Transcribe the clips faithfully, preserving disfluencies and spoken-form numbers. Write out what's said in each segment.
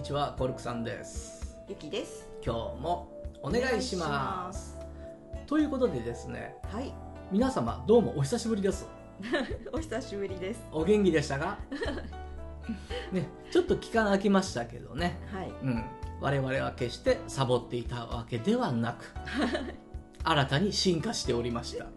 ちは、コルクさんです。 ゆきです。 今日もお願いします。ということでですね、 はい、 皆様どうもお久しぶりです。 お久しぶりです。 お元気でしたか？ね、ちょっと期間空きましたけどね、 はい、 うん、我々は決してサボっていたわけではなく新たに進化しておりました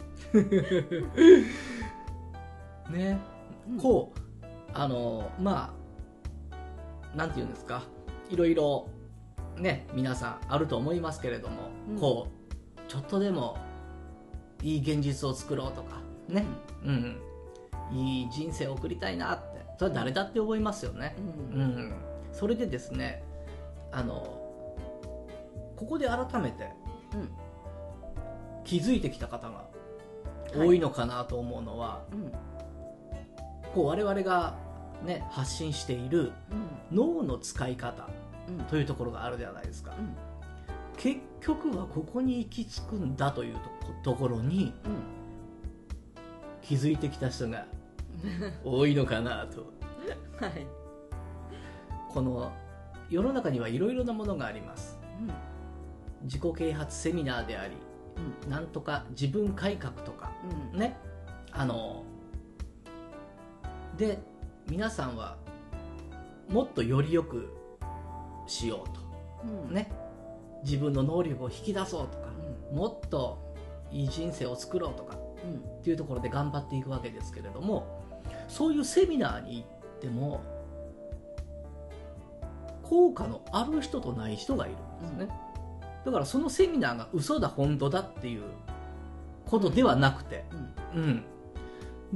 ね、うん、こうあのまあなんていうんですか、いろいろね皆さんあると思いますけれども、うん、こうちょっとでもいい現実を作ろうとかね、うん、うん、いい人生を送りたいなって、それは誰だって思いますよね、うんうん、それでですね、あのここで改めて、うん、気づいてきた方が多いのかなと思うのは、はい、うん、こう我々が、ね、発信している脳の使い方というところがあるじゃないですか、うん、結局はここに行き着くんだというところに、うん、気づいてきた人が多いのかなと、はい、この世の中にはいろいろなものがあります、うん、自己啓発セミナーであり、うん、なんとか自分改革とか、うん、ね、あので皆さんはもっとよりよくしようと、うん、ね、自分の能力を引き出そうとか、うん、もっといい人生を作ろうとか、うん、っていうところで頑張っていくわけですけれども、そういうセミナーに行っても効果のある人とない人がいるんですね、うん、だからそのセミナーが嘘だ本当だっていうことではなくて、うんうん、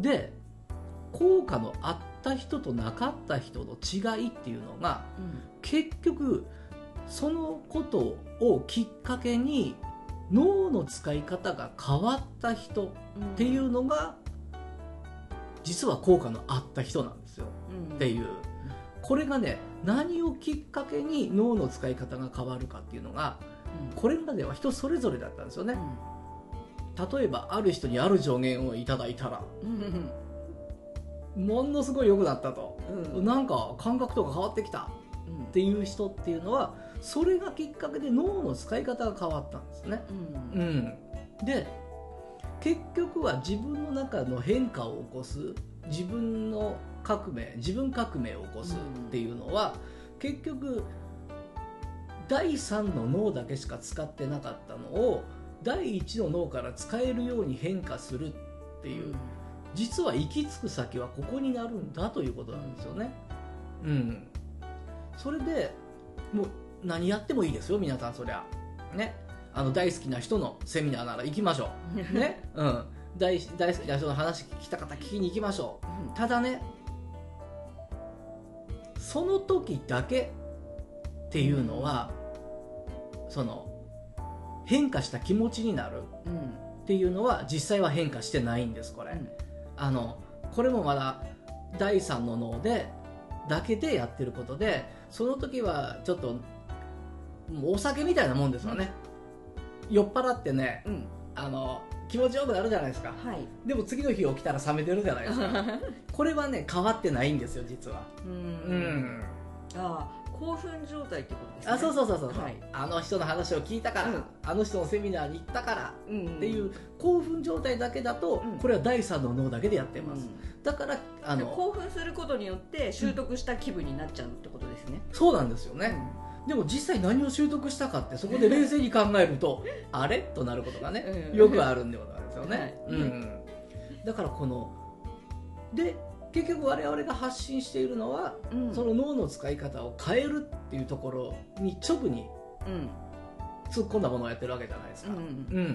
で効果のあった人となかった人の違いっていうのが、うん、結局そのことをきっかけに脳の使い方が変わった人っていうのが、うん、実は効果のあった人なんですよ、うん、っていう、これがね、何をきっかけに脳の使い方が変わるかっていうのが、うん、これまでは人それぞれだったんですよね、うん、例えばある人にある助言をいただいたら、うん、ものすごい良くなったと、うん、なんか感覚とか変わってきたっていう人っていうのは、それがきっかけで脳の使い方が変わったんですね、うんうん、で結局は自分の中の変化を起こす、自分の革命、自分革命を起こすっていうのは、うん、結局だいさんの脳だけしか使ってなかったのをだいいちの脳から使えるように変化するっていう、うん、実は行き着く先はここになるんだということなんですよね、うん、それでもう何やってもいいですよ皆さん、そりゃね、あの大好きな人のセミナーなら行きましょうね、うん、大, 大好きな人の話聞きた方聞きに行きましょう、うん、ただね、その時だけっていうのは、うん、その変化した気持ちになるっていうのは実際は変化してないんです。これ、うん、あのこれもまだだいさんの脳でだけでやってることで、その時はちょっともうお酒みたいなもんですよね、うん、酔っ払ってね、うん、あの気持ちよくなるじゃないですか、はい、でも次の日起きたら冷めてるじゃないですかこれはね変わってないんですよ実は。うん、うん、 ああ、興奮状態ってことですね。 あ、そうそうそうそう、はい、あの人の話を聞いたから、うん、あの人のセミナーに行ったからっていう興奮状態だけだと、うん、これはだいさんの脳だけでやってます、うん、だからあの興奮することによって習得した気分になっちゃうってことですね、 うん、そうなんですよね、うん、でも実際何を習得したかってそこで冷静に考えるとあれとなることがね、よくあるんでございますよね、はい、うん、だからこので結局我々が発信しているのは、うん、その脳の使い方を変えるっていうところに直に突っ込んだものをやってるわけじゃないですか、うんうん、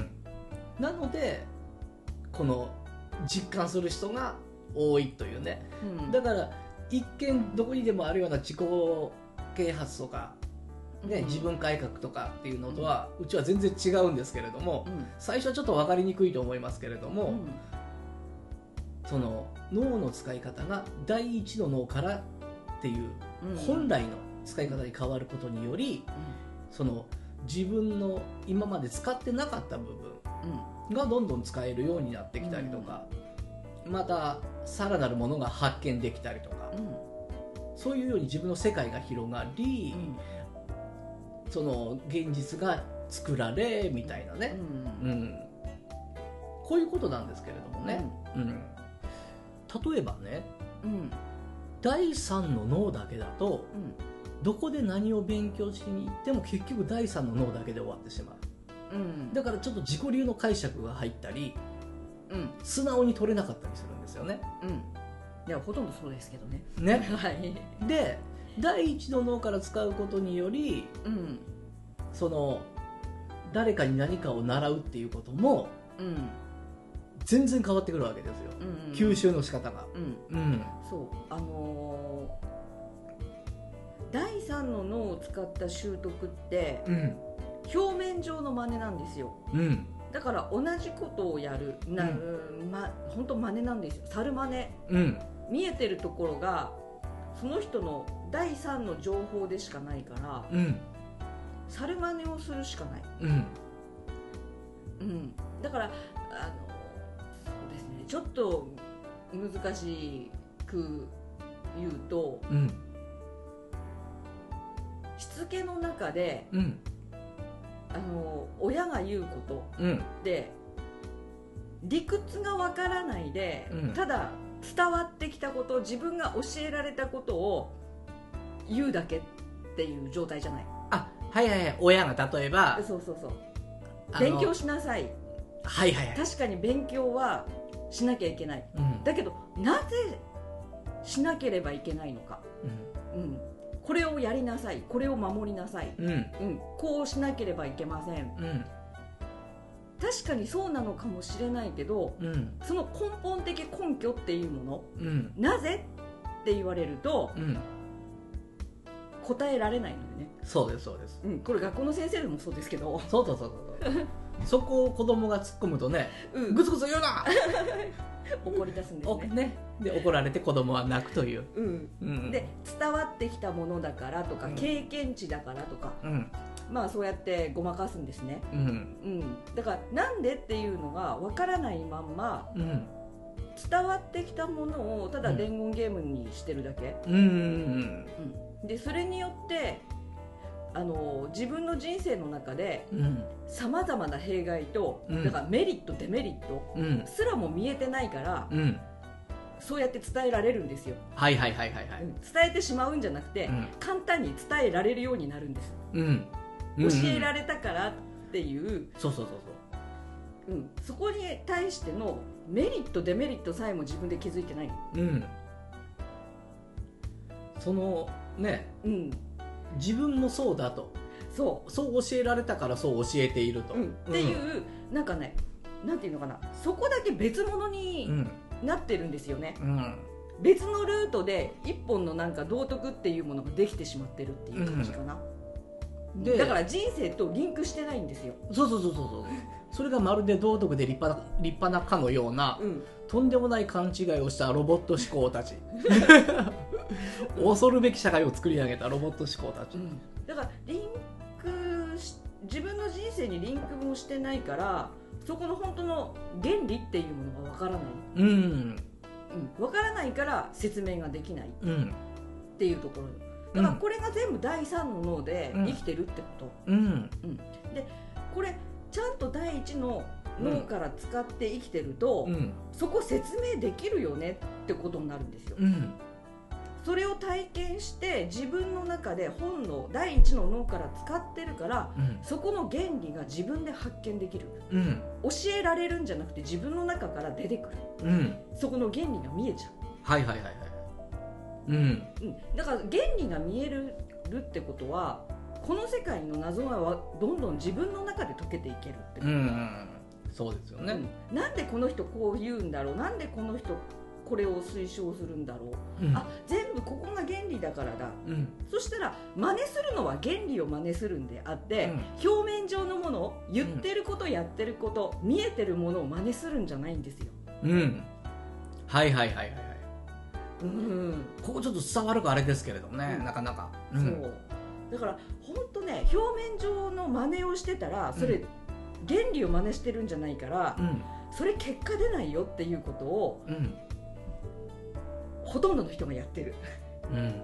なのでこの実感する人が多いというね、うん、だから一見どこにでもあるような自己啓発とか、ね、うん、自分改革とかっていうのとは、うん、うちは全然違うんですけれども、うん、最初はちょっと分かりにくいと思いますけれども、うん、その脳の使い方がだいいちの脳からっていう本来の使い方に変わることにより、その自分の今まで使ってなかった部分がどんどん使えるようになってきたりとか、またさらなるものが発見できたりとか、 そういうように自分の世界が広がり、うん、その現実が作られみたいなね、うんうん、こういうことなんですけれどもね、うんうん、例えばね、うん、だいさんの脳だけだと、うん、どこで何を勉強しに行っても結局だいさんの脳だけで終わってしまう、うん、だからちょっと自己流の解釈が入ったり、うん、素直に取れなかったりするんですよね、 うん、いやほとんどそうですけどね。 ねはい、でだいいちの脳から使うことにより、うん、その誰かに何かを習うっていうことも、うん、全然変わってくるわけですよ、うんうん、吸収の仕方が、うんうん、 そうあのー、だいさんの脳を使った習得って、うん、表面上の真似なんですよ、うん、だから同じことをやるな、うんま、本当真似なんですよ。猿真似、うん、見えてるところがその人のだいさんの情報でしかないから、うん、猿真似をするしかない、うんうん、だからあのそうですね、ちょっと難しく言うと、うん、しつけの中で、うん、あの親が言うことで、うん、理屈がわからないで、うん、ただ伝わってきたこと、自分が教えられたことを言うだけっていう状態じゃない。 あ、はいはいはい、親が例えばそうそうそう、勉強しなさい、 はいはいはい、 確かに勉強はしなきゃいけない、うん、だけどなぜしなければいけないのか、うんうん、これをやりなさい、これを守りなさい、うんうん、こうしなければいけません、うん、確かにそうなのかもしれないけど、うん、その根本的根拠っていうもの、うん、なぜって言われると、うん、答えられないのよね。 そうですそうです、 うん、これ学校の先生でもそうですけど、 そうそうそうそうそこを子供が突っ込むとね、うん、グツグツ言うな怒り出すんですね。 ねで怒られて子供は泣くという、うんうん、で伝わってきたものだからとか、うん、経験値だからとか、うん、まあそうやってごまかすんですね、うんうん、だからなんでっていうのが分からないまんま、うん、伝わってきたものをただ伝言ゲームにしてるだけ、うんうんうんうん、でそれによってあの自分の人生の中でさまざまな弊害と、うん、だからメリットデメリット、うん、すらも見えてないから、うん、そうやって伝えられるんですよ。 はいはいはいはい、はい、 伝えてしまうんじゃなくて、うん、簡単に伝えられるようになるんです、うん、教えられたからっていう、うん、 そうそうそうそう、うん、そこに対してのメリットデメリットさえも自分で気づいてない、うん、 そのね、うん自分もそうだと、 そうそう教えられたからそう教えていると、うん、 っていう、うん、なんかね、なんていうのかな、そこだけ別物になってるんですよね、うん、別のルートで一本のなんか道徳っていうものができてしまってるっていう感じかな、うん、でだから人生とリンクしてないんですよ。 そうそうそうそうそうそれがまるで道徳で立派な、立派なかのような、うん、とんでもない勘違いをしたロボット思考たち恐るべき社会を作り上げたロボット思考たち、うん、 だからリンクし自分の人生にリンクもしてないから、そこの本当の原理っていうものがわからない、うんうん、わからないから説明ができないっていうところ、だからこれが全部だいさんの脳で生きてるってこと、うんうんうん、でこれちゃんとだいいちの脳から使って生きてると、うん、そこ説明できるよねってことになるんですよ、うん、それを体験して自分の中で本能だいいちの脳から使ってるから、うん、そこの原理が自分で発見できる、うん、教えられるんじゃなくて自分の中から出てくる、うん、そこの原理が見えちゃう。 はいはいはいはい、うんうん、だから原理が見えるってことはこの世界の謎がどんどん自分の中で解けていけるってこと、うんうん、 そうですよね、 うん、なんでこの人こう言うんだろう、なんでこの人これを推奨するんだろう、うん、あ全部ここが原理だからだ、うん、そしたら真似するのは原理を真似するんであって、うん、表面上のもの言ってることやってること、見えてるものを真似するんじゃないんですよ、 うん、はいはいはいはいはい、うん、ここちょっと伝わるかあれですけれどね、うん、なかなか、 うん、そうだから本当ね、表面上の真似をしてたらそれ、うん、原理を真似してるんじゃないから、うん、それ結果出ないよっていうことを、うん、ほとんどの人がやってる、うん、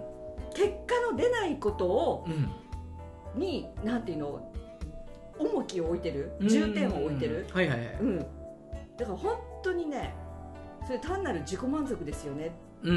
結果の出ないことを、 うん、 になんていうの重きを置いてる、重点を置いてる、 はいはいはい、うん、 だから本当にねそれ単なる自己満足ですよね、 うんうん、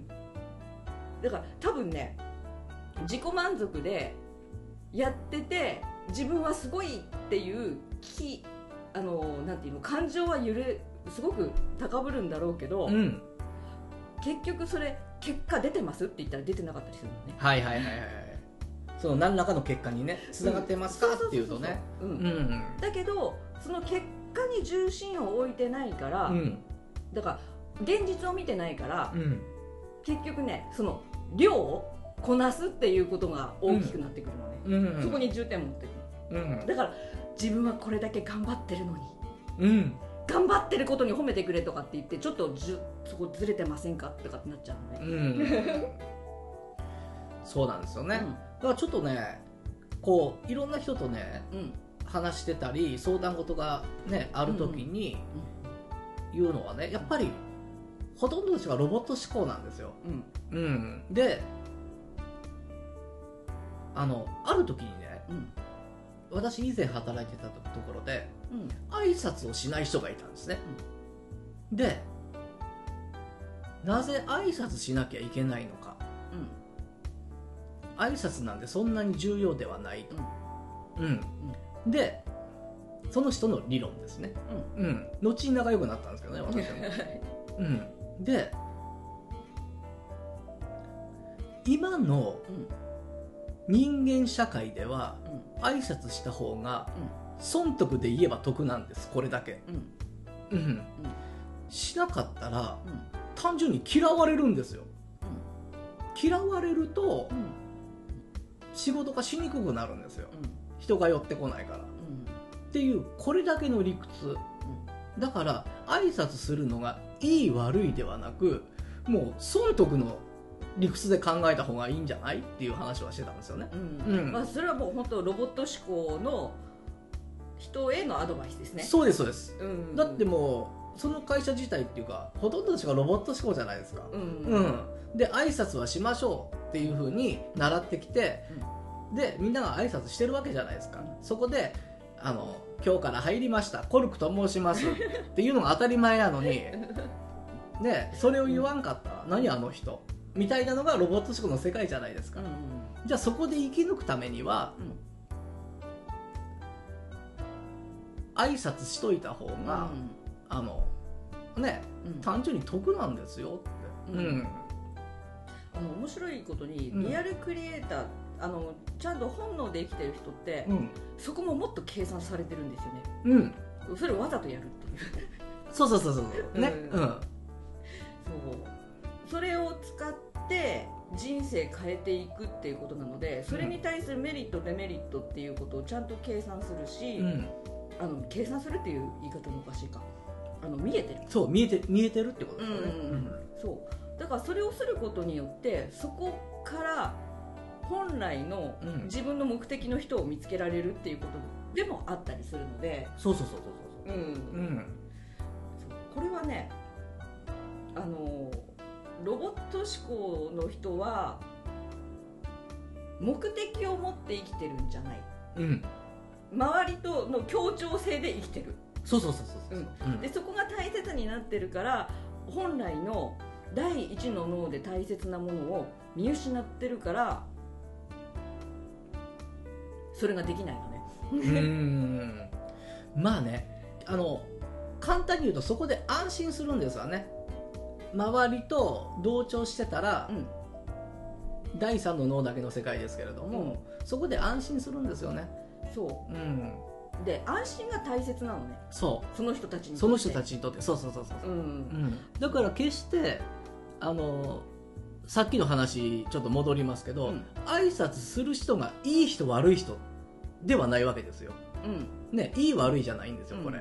だから多分ね自己満足でやってて自分はすごいっていうきあのなんていうの感情は揺れすごく高ぶるんだろうけど、うん、結局それ結果出てますって言ったら出てなかったりするのね。 はいはいはいはい。その何らかの結果にねつながってますか、うん、っていうとね。 だけどその結果に重心を置いてないから、うん、だから現実を見てないから、うん、結局ねその量をこなすっていうことが大きくなってくるのね、うん、そこに重点を持ってくる、うん、だから自分はこれだけ頑張ってるのに、うん、頑張ってることに褒めてくれとかって言ってちょっとじゅそこずれてませんかとかってなっちゃうのね、うん、 そうなんですよね、うん、だからちょっとねこういろんな人とね、うん、話してたり相談事がねある時に言うのはねやっぱりほとんどの人がロボット思考なんですよ、うんうん、であのある時にね、うん、私以前働いてたところで、うん、挨拶をしない人がいたんですね、うん、でなぜ挨拶しなきゃいけないのか、うん、挨拶なんてそんなに重要ではないと、うんうんうん、でその人の理論ですね、うんうん、後に仲良くなったんですけどね私も、うん、で今の人間社会では、うん、挨拶した方が、うん、損得で言えば得なんです。これだけ、うんうんうん、しなかったら、うん、単純に嫌われるんですよ、うん、嫌われると、うん、仕事がしにくくなるんですよ、うん、人が寄ってこないから、うん、っていうこれだけの理屈、うん、だから挨拶するのがいい悪いではなくもう損得の理屈で考えた方がいいんじゃないっていう話はしてたんですよね、 うんうんまあ、それはもう本当ロボット思考の人へのアドバイスですね。 そうですそうです、うんうん、だってもうその会社自体っていうかほとんどの人がロボット思考じゃないですか、うんうんうん、で挨拶はしましょうっていう風に習ってきて、うん、でみんなが挨拶してるわけじゃないですか、うん、そこであの今日から入りましたコルクと申しますっていうのが当たり前なのにでそれを言わんかったら、うん、何あの人みたいなのがロボット思考の世界じゃないですか、うんうん、じゃあそこで生き抜くためには、うん、挨拶しといた方が、うん、あのね、うん、単純に得なんですよって、うんうん、 あの面白いことにリアルクリエイター、うん、あのちゃんと本能で生きてる人って、うん、そこももっと計算されてるんですよね、うん、それをわざとやるっていうそうそうそうそうね、うん、うん、そうそれを使って人生変えていくっていうことなのでそれに対するメリットデメリットっていうことをちゃんと計算するし、うん、あの計算するっていう言い方もおかしいかあの見えてるそう見えて見えてるってことですよね、うんうん、 そうだからそれをすることによってそこから本来の自分の目的の人を見つけられるっていうことでもあったりするのでそうそうそうそうそう、うんうん、 これはねあのロボット思考の人は目的を持って生きてるんじゃない、うん、周りとの協調性で生きてるそうそうそうそう、 うん、でそこが大切になってるから本来の第一の脳で大切なものを見失ってるからそれができないのねうーんまあねあの簡単に言うとそこで安心するんですよね周りと同調してたら、うん、第三の脳だけの世界ですけれども、うん、そこで安心するんですよねそう、うん、で安心が大切なのねそうその人たちにとってその人たちにとってそうそうそうそう、うんうん、だから決してあのさっきの話ちょっと戻りますけど、うん、挨拶する人がいい人悪い人ではないわけですよ、うんね、いい悪いじゃないんですよこれ、うん、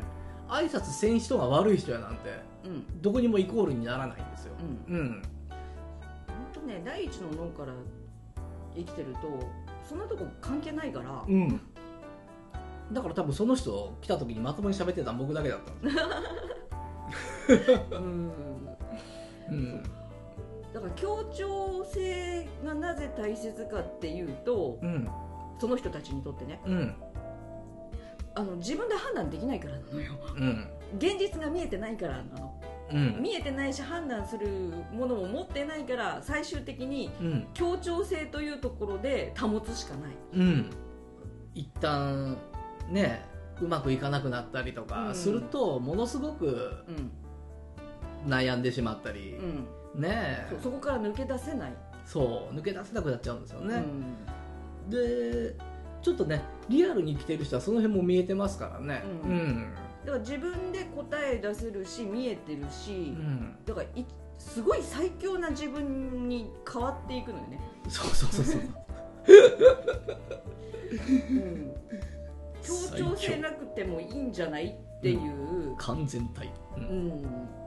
挨拶せん人が悪い人やなんて、うん、どこにもイコールにならないんですよ、うんうん、本当ね第一の脳から生きてるとそんなとこ関係ないから、 うん、だから多分その人来た時にまともに喋ってたの僕だけだったんですようん、うん、 だだから協調性がなぜ大切かっていうと、うん、その人たちにとってね、うん、あの自分で判断できないからなのよ、うん、現実が見えてないからなの、うん、見えてないし判断するものも持ってないから、最終的に協調性というところで保つしかない、うん、 一旦ねうまくいかなくなったりとかすると、ものすごく悩んでしまったり、うん、ねそ, そこから抜け出せない、 そう抜け出せなくなっちゃうんですよね、うん、でちょっとねリアルに生きてる人はその辺も見えてますからね、うんうん、 だから自分で答え出せるし見えてるし、うん、だからいすごい最強な自分に変わっていくのよね。 そうそうそうそう、 うん、協調性なくてもいいんじゃないっていう、 うん、完全体、うんうん、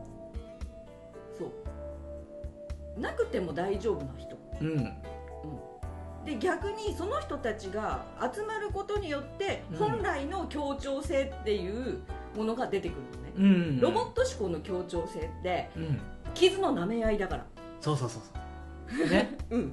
そうなくても大丈夫な人、うんうん、で逆にその人たちが集まることによって本来の協調性っていうものが出てくるのね、うん、ロボット思考の協調性って、うん、傷の舐め合いだから。 そうそうそうそうねうん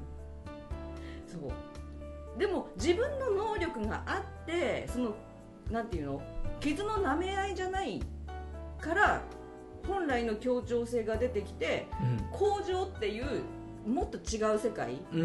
そうでも自分の能力があってそのなんていうの傷の舐め合いじゃないから本来の協調性が出てきて、うん、向上っていうもっと違う世界、うんうん、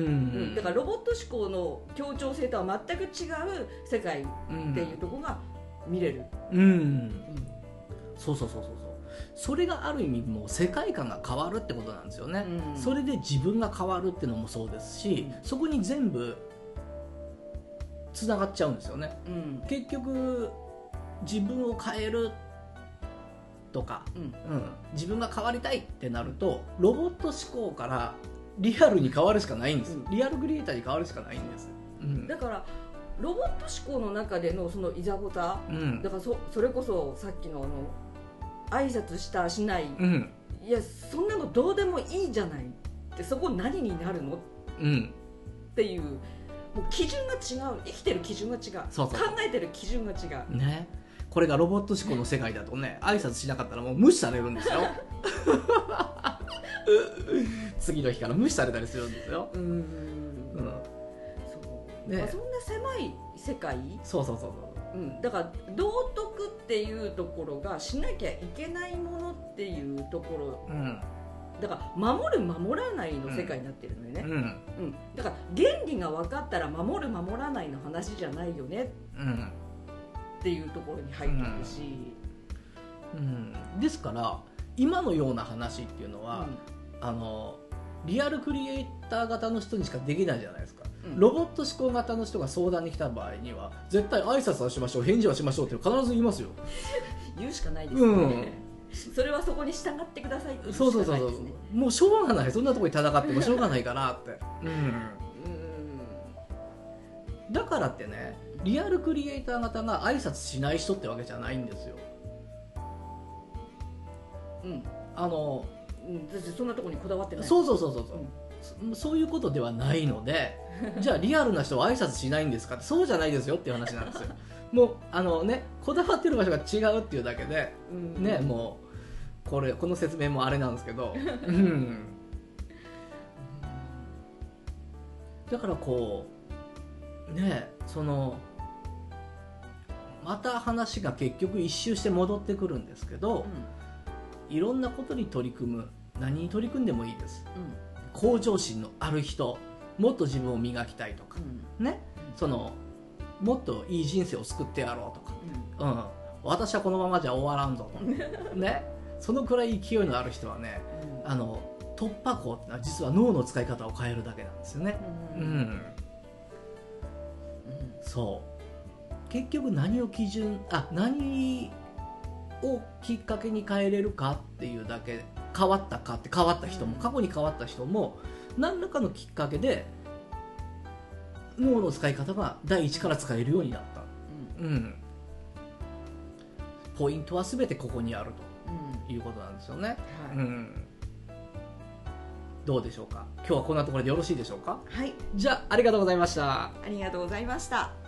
だからロボット思考の協調性とは全く違う世界っていうところが見れる、うんうんうん、 そうそうそうそうそれがある意味もう世界観が変わるってことなんですよね、うん、それで自分が変わるっていうのもそうですし、うん、そこに全部つながっちゃうんですよね、うん、結局自分を変えるとか、うんうん、自分が変わりたいってなるとロボット思考からリアルに変わるしかないんです、うん、リアルクリエイターに変わるしかないんです、 うん、だからロボット思考の中でのそのいざこざ、うん、だから そ, それこそさっきのあの挨拶したしない、うん、いやそんなのどうでもいいじゃないってそこ何になるの、うん、っていうもう基準が違う生きてる基準が違うそうそう考えてる基準が違う、 ね、これがロボット思考の世界だとね挨拶しなかったらもう無視されるんですよ次の日から無視されたりするんですようん、うんそうね、まあ、そんな狭い世界そうそうそうそううん、だから道徳っていうところがしなきゃいけないものっていうところ、うん、だから守る守らないの世界になってるのよね、うんうん、だから原理が分かったら守る守らないの話じゃないよね、うん、っていうところに入ってるし、 うんうん、ですから今のような話っていうのは、うん、あのリアルクリエイター型の人にしかできないじゃないですか。ロボット思考型の人が相談に来た場合には絶対挨拶はしましょう返事はしましょうって必ず言いますよ言うしかないですね、うん、それはそこに従ってくださいって言うしかないですね。そうそうそうそうもうしょうがないそんなところに戦ってもしょうがないからって、うん、うんだからってねリアルクリエイター型が挨拶しない人ってわけじゃないんですよ。うんあのうん、そんなところにこだわってない。 そうそうそうそうそう、うんそういうことではないのでじゃあリアルな人は挨拶しないんですかってそうじゃないですよっていう話なんですよもうあのねこだわってる場所が違うっていうだけで、うん、ねもうこれこの説明もあれなんですけど、うん、だからこうねそのまた話が結局一周して戻ってくるんですけど、うん、いろんなことに取り組む何に取り組んでもいいです、うん向上心のある人もっと自分を磨きたいとか、うん、ねそのもっといい人生を救ってやろうとか、うんうん、私はこのままじゃ終わらんぞとねそのくらい勢いのある人はね、うん、あの突破口ってのは実は脳の使い方を変えるだけなんですよね、うんうんうん、そう結局何を基準あ何をきっかけに変えれるかっていうだけ変わったかって変わった人も、うん、過去に変わった人も何らかのきっかけで脳の使い方が第一から使えるようになった、うんうん、ポイントは全てここにあるということなんですよね、うんはいうん、どうでしょうか今日はこんなところでよろしいでしょうか。 はいじゃあありがとうございました。 ありがとうございました。